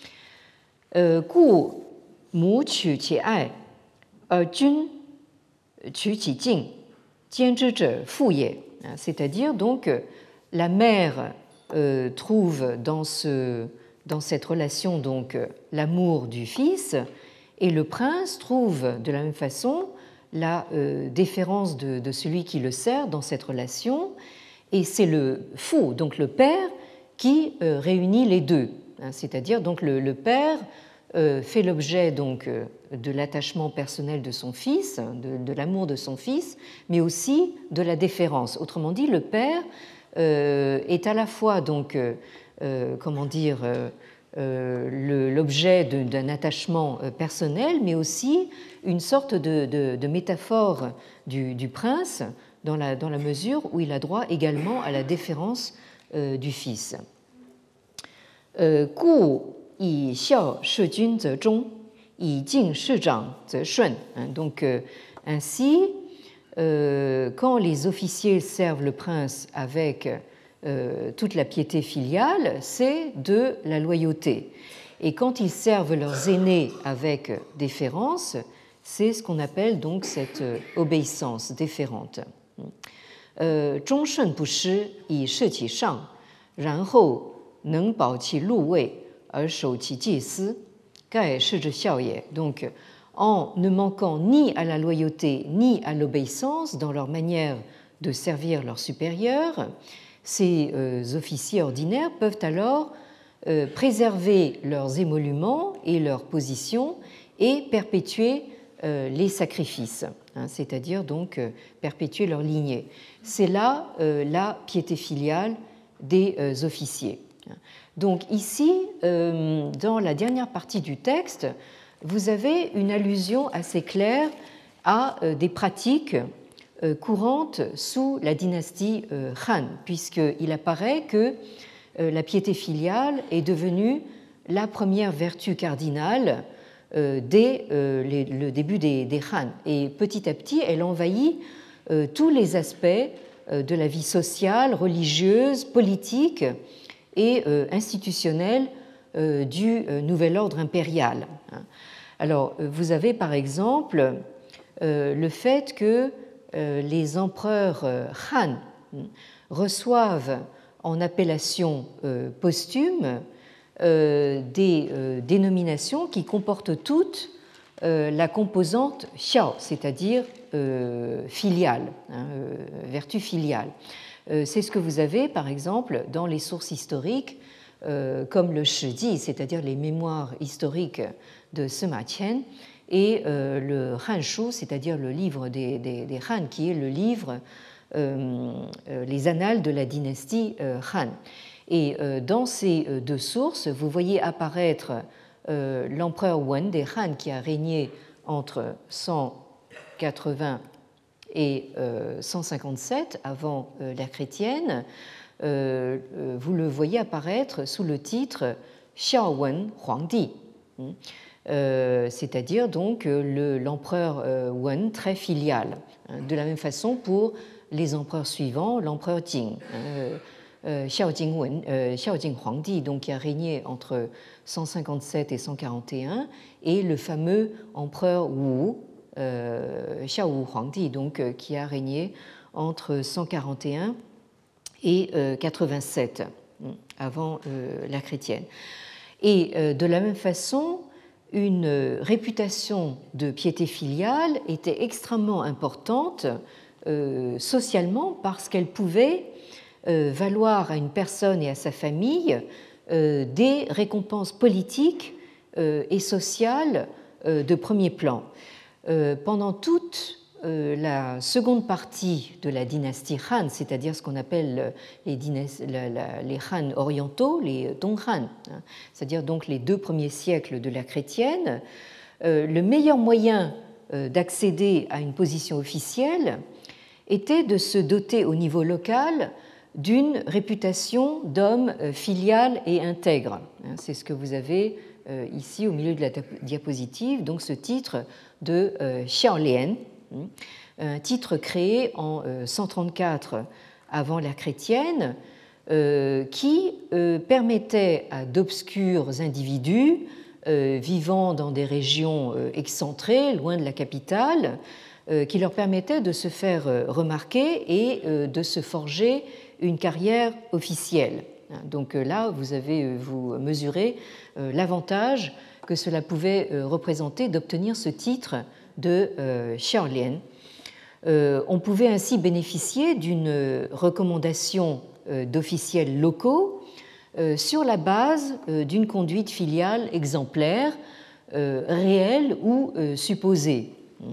Ku mu qu qi ai, er jun qu qi jing, jian zhi zhe fu ye. C'est-à-dire, donc, la mère euh, trouve dans ce dans cette relation donc l'amour du fils, et le prince trouve de la même façon la euh, déférence de, de celui qui le sert dans cette relation, et c'est le fou, donc le père, qui euh, réunit les deux, hein, c'est-à-dire donc le, le père euh, fait l'objet donc de l'attachement personnel de son fils, de, de l'amour de son fils, mais aussi de la déférence. Autrement dit, le père euh, est à la fois donc euh, Euh, comment dire, euh, euh, l'objet d'un attachement personnel, mais aussi une sorte de, de, de métaphore du, du prince, dans la, dans la mesure où il a droit également à la déférence euh, du fils. Gu yi xiao shi jun ze zhong, yi jing shi zhang ze shun. Donc, euh, ainsi, euh, quand les officiers servent le prince avec Euh, toute la piété filiale, c'est de la loyauté. Et quand ils servent leurs aînés avec déférence, c'est ce qu'on appelle donc cette obéissance déférente. Zhong shun bu shi yi shi qi shang, ran hou neng bao qi lu wei er shou qi ji si, gai shi zhi xiao ye. Donc, en ne manquant ni à la loyauté ni à l'obéissance dans leur manière de servir leurs supérieurs, ces euh, officiers ordinaires peuvent alors euh, préserver leurs émoluments et leurs positions et perpétuer euh, les sacrifices, hein, c'est-à-dire donc euh, perpétuer leur lignée. C'est là euh, la piété filiale des euh, officiers. Donc ici, euh, dans la dernière partie du texte, vous avez une allusion assez claire à euh, des pratiques courante sous la dynastie Han, puisqu'il apparaît que la piété filiale est devenue la première vertu cardinale dès le début des Han. Et petit à petit, elle envahit tous les aspects de la vie sociale, religieuse, politique et institutionnelle du nouvel ordre impérial. Alors, vous avez par exemple le fait que les empereurs Han reçoivent en appellation posthume des dénominations qui comportent toutes la composante xiao, c'est-à-dire filiale, hein, vertu filiale. C'est ce que vous avez, par exemple, dans les sources historiques, euh, comme le Shiji, c'est-à-dire les mémoires historiques de Sima Qian, et euh, le Han-shu, c'est-à-dire le livre des, des, des Han, qui est le livre, euh, euh, les annales de la dynastie euh, Han. Et euh, dans ces deux sources, vous voyez apparaître euh, l'empereur Wen des Han, qui a régné entre cent quatre-vingts et cent cinquante-sept avant l'ère chrétienne. Vous le voyez apparaître sous le titre Xiao Wen Huangdi, c'est-à-dire donc l'empereur Wen très filial. De la même façon pour les empereurs suivants, l'empereur Jing, Xiao Jing Wen, Xiao Jing Huangdi, donc qui a régné entre cent cinquante-sept et cent quarante et un, et le fameux empereur Wu, Euh, Xiao Wu Huangdi, donc, euh, qui a régné entre cent quarante et un et euh, quatre-vingt-sept avant euh, l'ère chrétienne. Et euh, de la même façon, une réputation de piété filiale était extrêmement importante euh, socialement parce qu'elle pouvait euh, valoir à une personne et à sa famille euh, des récompenses politiques euh, et sociales euh, de premier plan. Euh, pendant toute euh, la seconde partie de la dynastie Han, c'est-à-dire ce qu'on appelle les, dynasties, la, la, les Han orientaux, les Donghan, hein, c'est-à-dire donc les deux premiers siècles de l'ère chrétienne, euh, le meilleur moyen euh, d'accéder à une position officielle était de se doter au niveau local d'une réputation d'homme euh, filial et intègre. Hein, c'est ce que vous avez euh, ici au milieu de la diapositive, donc ce titre de euh, Xiaolian, un titre créé en euh, cent trente-quatre avant l'ère chrétienne, euh, qui euh, permettait à d'obscurs individus euh, vivant dans des régions euh, excentrées, loin de la capitale, euh, qui leur permettait de se faire euh, remarquer et euh, de se forger une carrière officielle. Donc euh, là, vous avez euh, vous mesuré euh, l'avantage que cela pouvait représenter d'obtenir ce titre de euh, Xiaolian. Euh, on pouvait ainsi bénéficier d'une recommandation euh, d'officiels locaux euh, sur la base euh, d'une conduite filiale exemplaire, euh, réelle ou euh, supposée.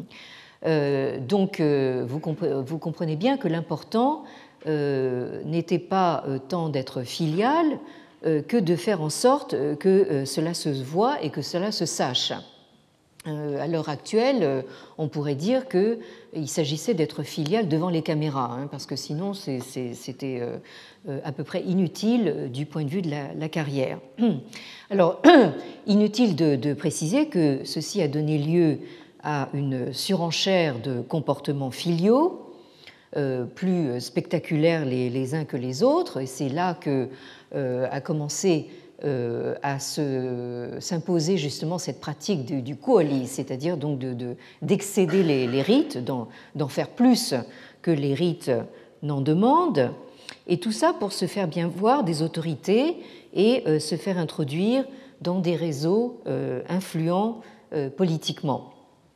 Euh, donc, euh, vous, compre- vous comprenez bien que l'important euh, n'était pas euh, tant d'être filial, que de faire en sorte que cela se voit et que cela se sache. À l'heure actuelle, on pourrait dire qu'il s'agissait d'être filial devant les caméras, hein, parce que sinon c'était à peu près inutile du point de vue de la, la carrière. Alors, inutile de, de préciser que ceci a donné lieu à une surenchère de comportements filiaux, Euh, plus spectaculaires les, les uns que les autres, et c'est là que euh, a commencé euh, à se, s'imposer justement cette pratique du, du kuoli, c'est-à-dire donc de, de, d'excéder les, les rites, d'en, d'en faire plus que les rites n'en demandent, et tout ça pour se faire bien voir des autorités et euh, se faire introduire dans des réseaux euh, influents euh, politiquement.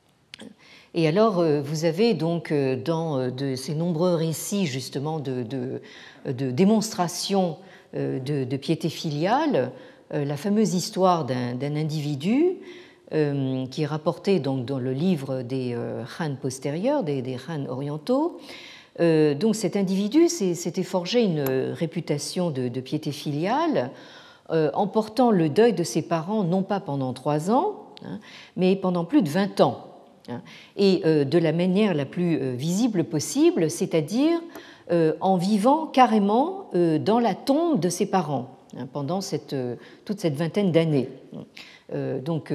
Et alors, vous avez donc dans de ces nombreux récits justement de, de, de démonstration de, de piété filiale, la fameuse histoire d'un, d'un individu euh, qui est rapportée donc dans le livre des Han postérieurs, des, des Han orientaux. Euh, donc cet individu s'était forgé une réputation de, de piété filiale euh, en portant le deuil de ses parents non pas pendant trois ans, hein, mais pendant plus de vingt ans. Et de la manière la plus visible possible, c'est-à-dire en vivant carrément dans la tombe de ses parents pendant cette, toute cette vingtaine d'années. Donc,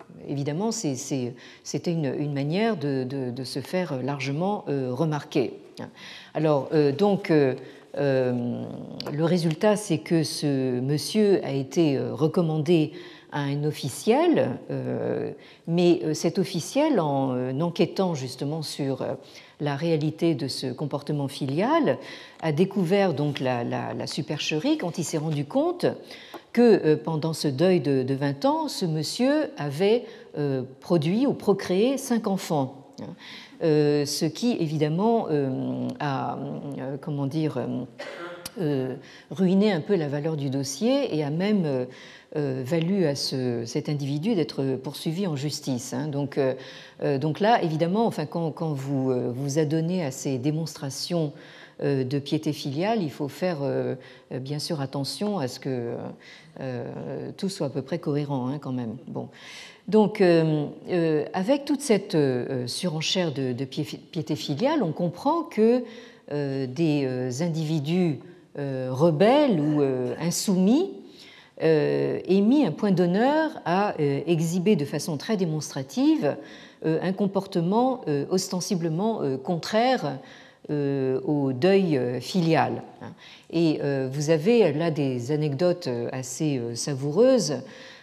évidemment, c'est, c'est, c'était une, une manière de, de, de se faire largement remarquer. Alors, euh, donc, euh, euh, le résultat, c'est que ce monsieur a été recommandé à un officiel, euh, mais cet officiel, en euh, enquêtant justement sur euh, la réalité de ce comportement filial, a découvert donc la, la, la supercherie quand il s'est rendu compte que euh, pendant ce deuil de, de vingt ans, ce monsieur avait euh, produit ou procréé cinq enfants. Euh, ce qui évidemment euh, a, euh, comment dire, euh, ruiné un peu la valeur du dossier et a même euh, euh, valu à ce, cet individu d'être poursuivi en justice. Hein. Donc, euh, donc là, évidemment, enfin, quand, quand vous euh, vous adonnez à ces démonstrations euh, de piété filiale, il faut faire euh, bien sûr attention à ce que euh, tout soit à peu près cohérent, hein, quand même. Bon. Donc, euh, euh, avec toute cette euh, surenchère de, de piété filiale, on comprend que euh, des euh, individus euh, rebelles ou euh, insoumis euh, aient mis un point d'honneur à euh, exhiber de façon très démonstrative euh, un comportement euh, ostensiblement euh, contraire euh, au deuil euh, filial. Et euh, vous avez là des anecdotes assez euh, savoureuses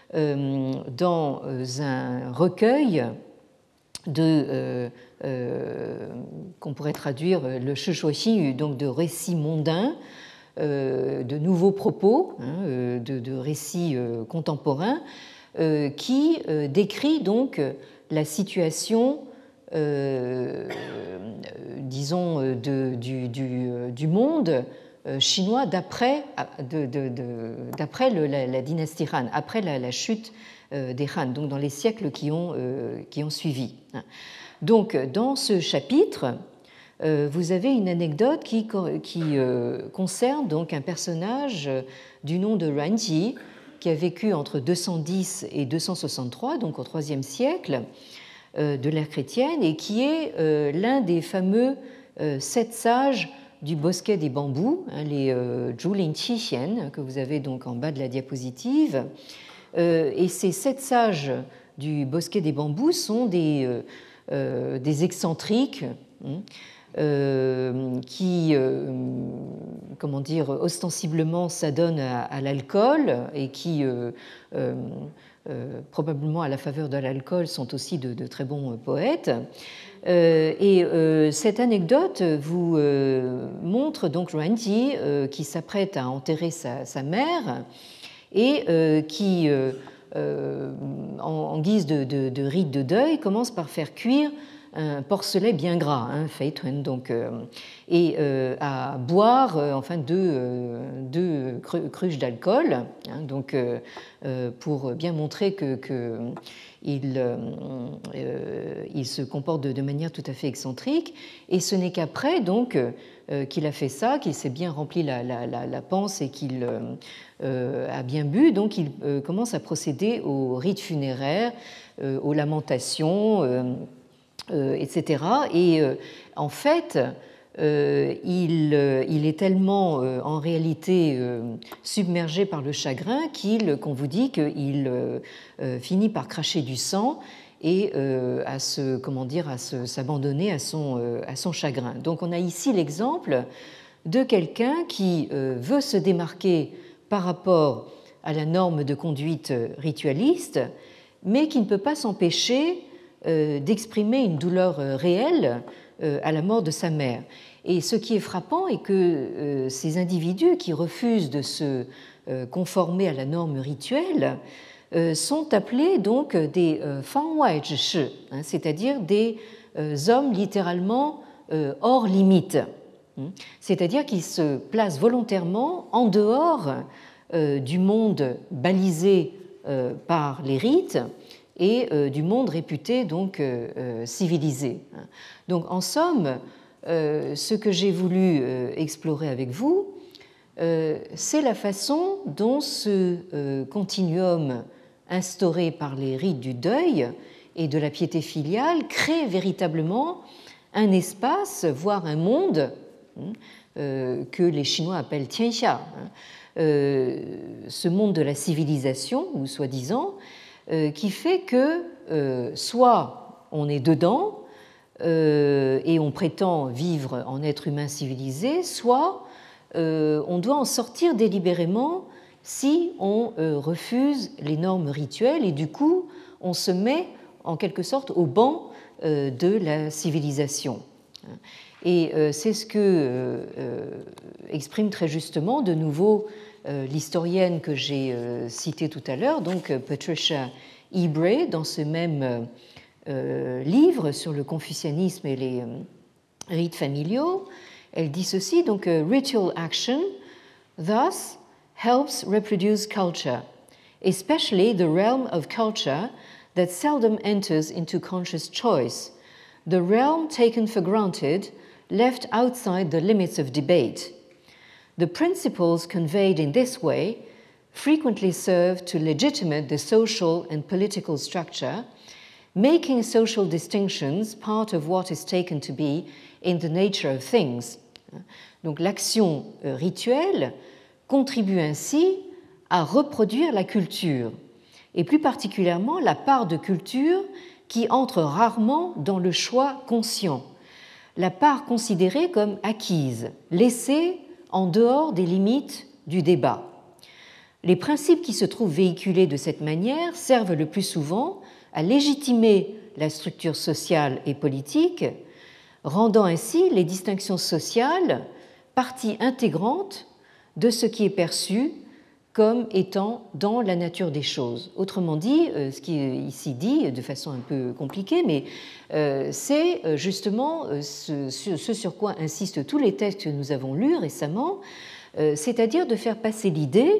dans un recueil de, euh, euh, qu'on pourrait traduire le Shishuoxi, donc de récits mondains, euh, de nouveaux propos, hein, de, de récits euh, contemporains, euh, qui euh, décrit donc la situation, euh, disons, de, du, du, du monde chinois d'après de, de, de, d'après la, la dynastie Han, après la, la chute des Han, donc dans les siècles qui ont, euh, qui ont suivi. Donc, dans ce chapitre, euh, vous avez une anecdote qui, qui euh, concerne donc un personnage du nom de Ranji, qui a vécu entre deux cent dix et deux cent soixante-trois, donc au troisième siècle euh, de l'ère chrétienne, et qui est euh, l'un des fameux euh, sept sages du bosquet des bambous, hein, les euh, Zhulin Qixian, que vous avez donc en bas de la diapositive. Euh, et ces sept sages du bosquet des bambous sont des, euh, euh, des excentriques hein, euh, qui, euh, comment dire, ostensiblement s'adonnent à, à l'alcool et qui, euh, euh, euh, probablement à la faveur de l'alcool, sont aussi de, de très bons poètes. Euh, et euh, cette anecdote vous euh, montre donc Ranji euh, qui s'apprête à enterrer sa, sa mère et euh, qui, euh, euh, en, en guise de, de, de rite de deuil, commence par faire cuire un porcelet bien gras, hein, feitun, donc, euh, et euh, à boire euh, enfin deux, euh, deux cruches d'alcool, hein, donc euh, euh, pour bien montrer que, que il, euh, il se comporte de, de manière tout à fait excentrique. Et ce n'est qu'après donc euh, qu'il a fait ça, qu'il s'est bien rempli la, la, la, la panse et qu'il euh, a bien bu, donc il euh, commence à procéder aux rites funéraires, euh, aux lamentations. Euh, Euh, et cetera. Et euh, en fait, euh, il, euh, il est tellement euh, en réalité euh, submergé par le chagrin qu'il, qu'on vous dit qu'il euh, euh, finit par cracher du sang et euh, à se, comment dire, à se, s'abandonner à son, euh, à son chagrin. Donc on a ici l'exemple de quelqu'un qui euh, veut se démarquer par rapport à la norme de conduite ritualiste, mais qui ne peut pas s'empêcher d'exprimer une douleur réelle à la mort de sa mère. Et ce qui est frappant est que ces individus qui refusent de se conformer à la norme rituelle sont appelés donc des fanwai zhishi, c'est-à-dire des hommes littéralement hors limite, c'est-à-dire qu'ils se placent volontairement en dehors du monde balisé par les rites et euh, du monde réputé donc euh, euh, civilisé. Donc en somme, euh, ce que j'ai voulu euh, explorer avec vous, euh, c'est la façon dont ce euh, continuum instauré par les rites du deuil et de la piété filiale crée véritablement un espace, voire un monde, hein, euh, que les Chinois appellent Tianxia, hein, euh, ce monde de la civilisation, ou soi-disant, qui fait que euh, soit on est dedans, euh, et on prétend vivre en être humain civilisé, soit euh, on doit en sortir délibérément si on euh, refuse les normes rituelles et du coup on se met en quelque sorte au banc euh, de la civilisation. Et euh, c'est ce que euh, euh, exprime très justement de nouveau euh, l'historienne que j'ai euh, citée tout à l'heure, donc Patricia Ebrey, dans ce même euh, livre sur le confucianisme et les euh, rites familiaux. Elle dit ceci, donc ritual action thus helps reproduce culture, especially the realm of culture that seldom enters into conscious choice, the realm taken for granted, left outside the limits of debate. The principles conveyed in this way frequently serve to legitimate the social and political structure, making social distinctions part of what is taken to be in the nature of things. Donc l'action rituelle contribue ainsi à reproduire la culture, et plus particulièrement la part de culture qui entre rarement dans le choix conscient, la part considérée comme acquise, laissée en dehors des limites du débat. Les principes qui se trouvent véhiculés de cette manière servent le plus souvent à légitimer la structure sociale et politique, rendant ainsi les distinctions sociales partie intégrante de ce qui est perçu comme étant dans la nature des choses. Autrement dit, ce qui est ici dit de façon un peu compliquée, mais c'est justement ce sur quoi insistent tous les textes que nous avons lus récemment, c'est-à-dire de faire passer l'idée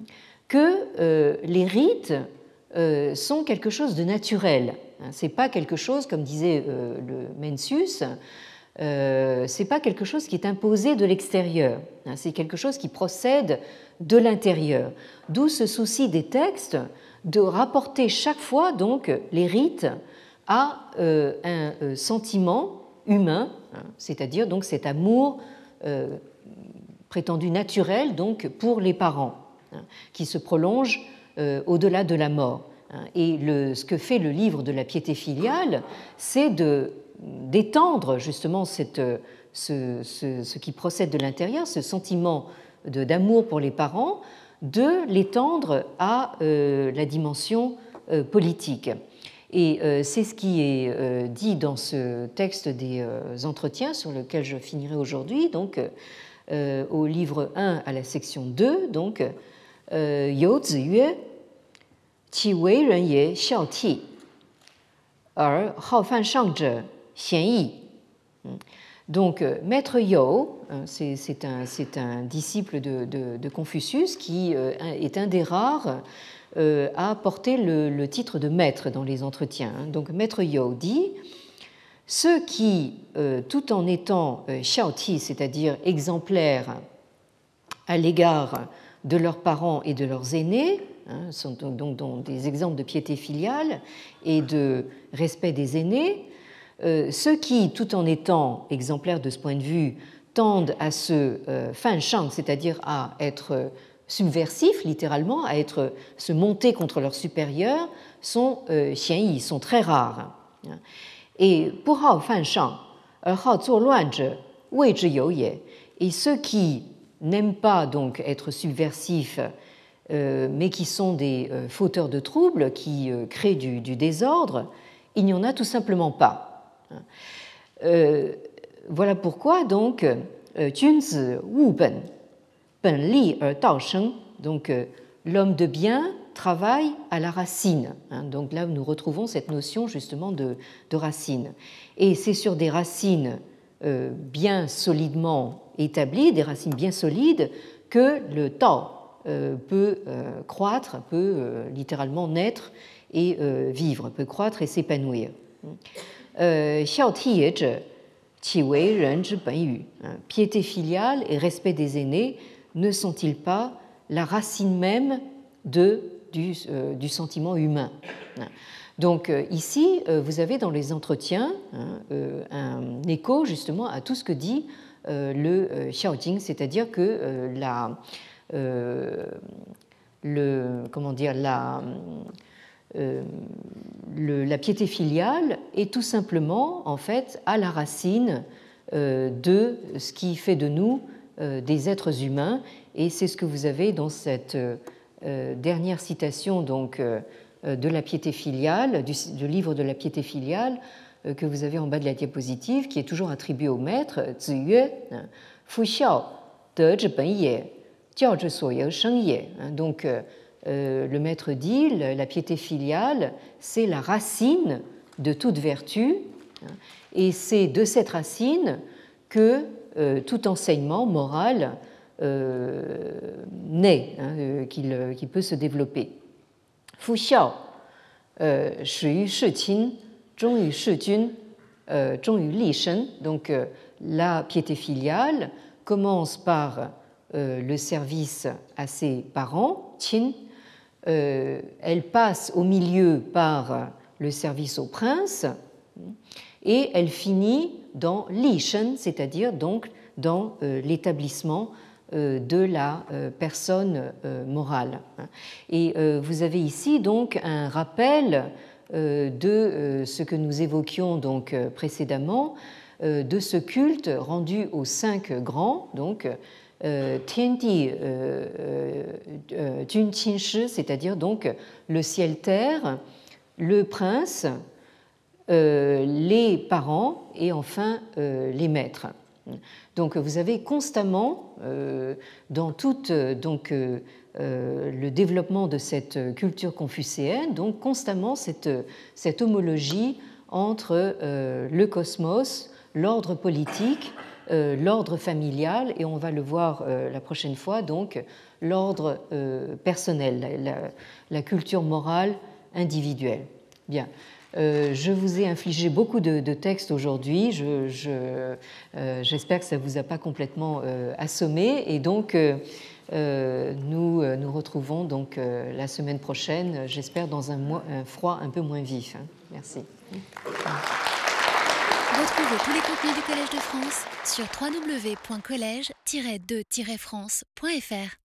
que les rites sont quelque chose de naturel. Ce n'est pas quelque chose, comme disait le Mencius, Euh, ce n'est pas quelque chose qui est imposé de l'extérieur, hein, c'est quelque chose qui procède de l'intérieur. D'où ce souci des textes de rapporter chaque fois donc les rites à euh, un euh, sentiment humain, hein, c'est-à-dire donc cet amour euh, prétendu naturel donc pour les parents, hein, qui se prolonge euh, au-delà de la mort. Hein. Et le, ce que fait le livre de la piété filiale, c'est de d'étendre justement cette, ce, ce, ce qui procède de l'intérieur, ce sentiment de, d'amour pour les parents, de l'étendre à euh, la dimension euh, politique. Et euh, c'est ce qui est euh, dit dans ce texte des euh, entretiens sur lequel je finirai aujourd'hui, donc euh, au livre un à la section deux, donc euh, You Zi Yue, Qi Wei Ren Ye Xiao Ti, Er Hao Fan Shang Zhe Xian Yi. Donc, Maître Yao, c'est, c'est, un, c'est un disciple de, de, de Confucius qui est un des rares à porter le, le titre de maître dans les entretiens. Donc, Maître Yao dit « Ceux qui, tout en étant xiaoti, c'est-à-dire exemplaires à l'égard de leurs parents et de leurs aînés, hein, sont donc, donc des exemples de piété filiale et de respect des aînés, Euh, ceux qui, tout en étant exemplaires de ce point de vue, tendent à se euh, fan shang, c'est-à-dire à être subversifs, littéralement, à être, se monter contre leurs supérieurs, sont euh, xian yi, sont très rares. Et pour hao fan shang, hao zuo luan zhe, wei zhi you ye, et ceux qui n'aiment pas donc être subversifs, euh, mais qui sont des euh, fauteurs de troubles, qui euh, créent du, du désordre, il n'y en a tout simplement pas. Euh, voilà pourquoi donc Junzi Wu Ben, Ben Li Er Dao Sheng, donc l'homme de bien travaille à la racine. Hein, donc là nous retrouvons cette notion justement de, de racine. Et c'est sur des racines euh, bien solidement établies, des racines bien solides, que le Tao euh, peut euh, croître, peut euh, littéralement naître et euh, vivre, peut croître et s'épanouir. Xiao Ti Ye Zhe, Qi Wei Ren Zhi Ben Yu. Piété filiale et respect des aînés ne sont-ils pas la racine même de, du, euh, du sentiment humain? Donc ici, vous avez dans les entretiens hein, euh, un écho justement à tout ce que dit euh, le Xiaojing, c'est-à-dire que euh, la, euh, le, comment dire, la euh, le, la piété filiale est tout simplement, en fait, à la racine euh, de ce qui fait de nous euh, des êtres humains, et c'est ce que vous avez dans cette euh, dernière citation donc, euh, de la piété filiale, du, du livre de la piété filiale, euh, que vous avez en bas de la diapositive, qui est toujours attribué au maître, Ziyue, Fu xiao de zhi ben ye, jiao zhi suo you sheng ye. Donc, euh, Euh, le maître dit, la piété filiale, c'est la racine de toute vertu, et c'est de cette racine que euh, tout enseignement moral euh, naît, hein, euh, qu'il, qu'il peut se développer. Fu xiao, shi yu shi qin, zhong yu shi jun, zhong yu li shen. Donc, euh, la piété filiale commence par euh, le service à ses parents, qin. Euh, elle passe au milieu par le service au prince et elle finit dans Li Shen, c'est-à-dire donc dans euh, l'établissement euh, de la euh, personne euh, morale. Et euh, vous avez ici donc un rappel euh, de euh, ce que nous évoquions donc euh, précédemment, euh, de ce culte rendu aux cinq grands, donc Euh, Tiandi Jun Qin Shi, c'est-à-dire donc le ciel-terre, le prince, euh, les parents et enfin euh, les maîtres. Donc vous avez constamment, euh, dans tout donc, euh, le développement de cette culture confucéenne, donc constamment cette, cette homologie entre euh, le cosmos, l'ordre politique, Euh, l'ordre familial, et on va le voir euh, la prochaine fois, donc l'ordre euh, personnel, la, la, la culture morale individuelle. Bien. Euh, je vous ai infligé beaucoup de, de textes aujourd'hui. Je, je, euh, j'espère que ça ne vous a pas complètement euh, assommé. Et donc, euh, euh, nous euh, nous retrouvons donc, euh, la semaine prochaine, j'espère, dans un, mois, un froid un peu moins vif. Hein. Merci. Retrouvez tous les contenus du Collège de France sur w w w point collège tiret de tiret france point f r.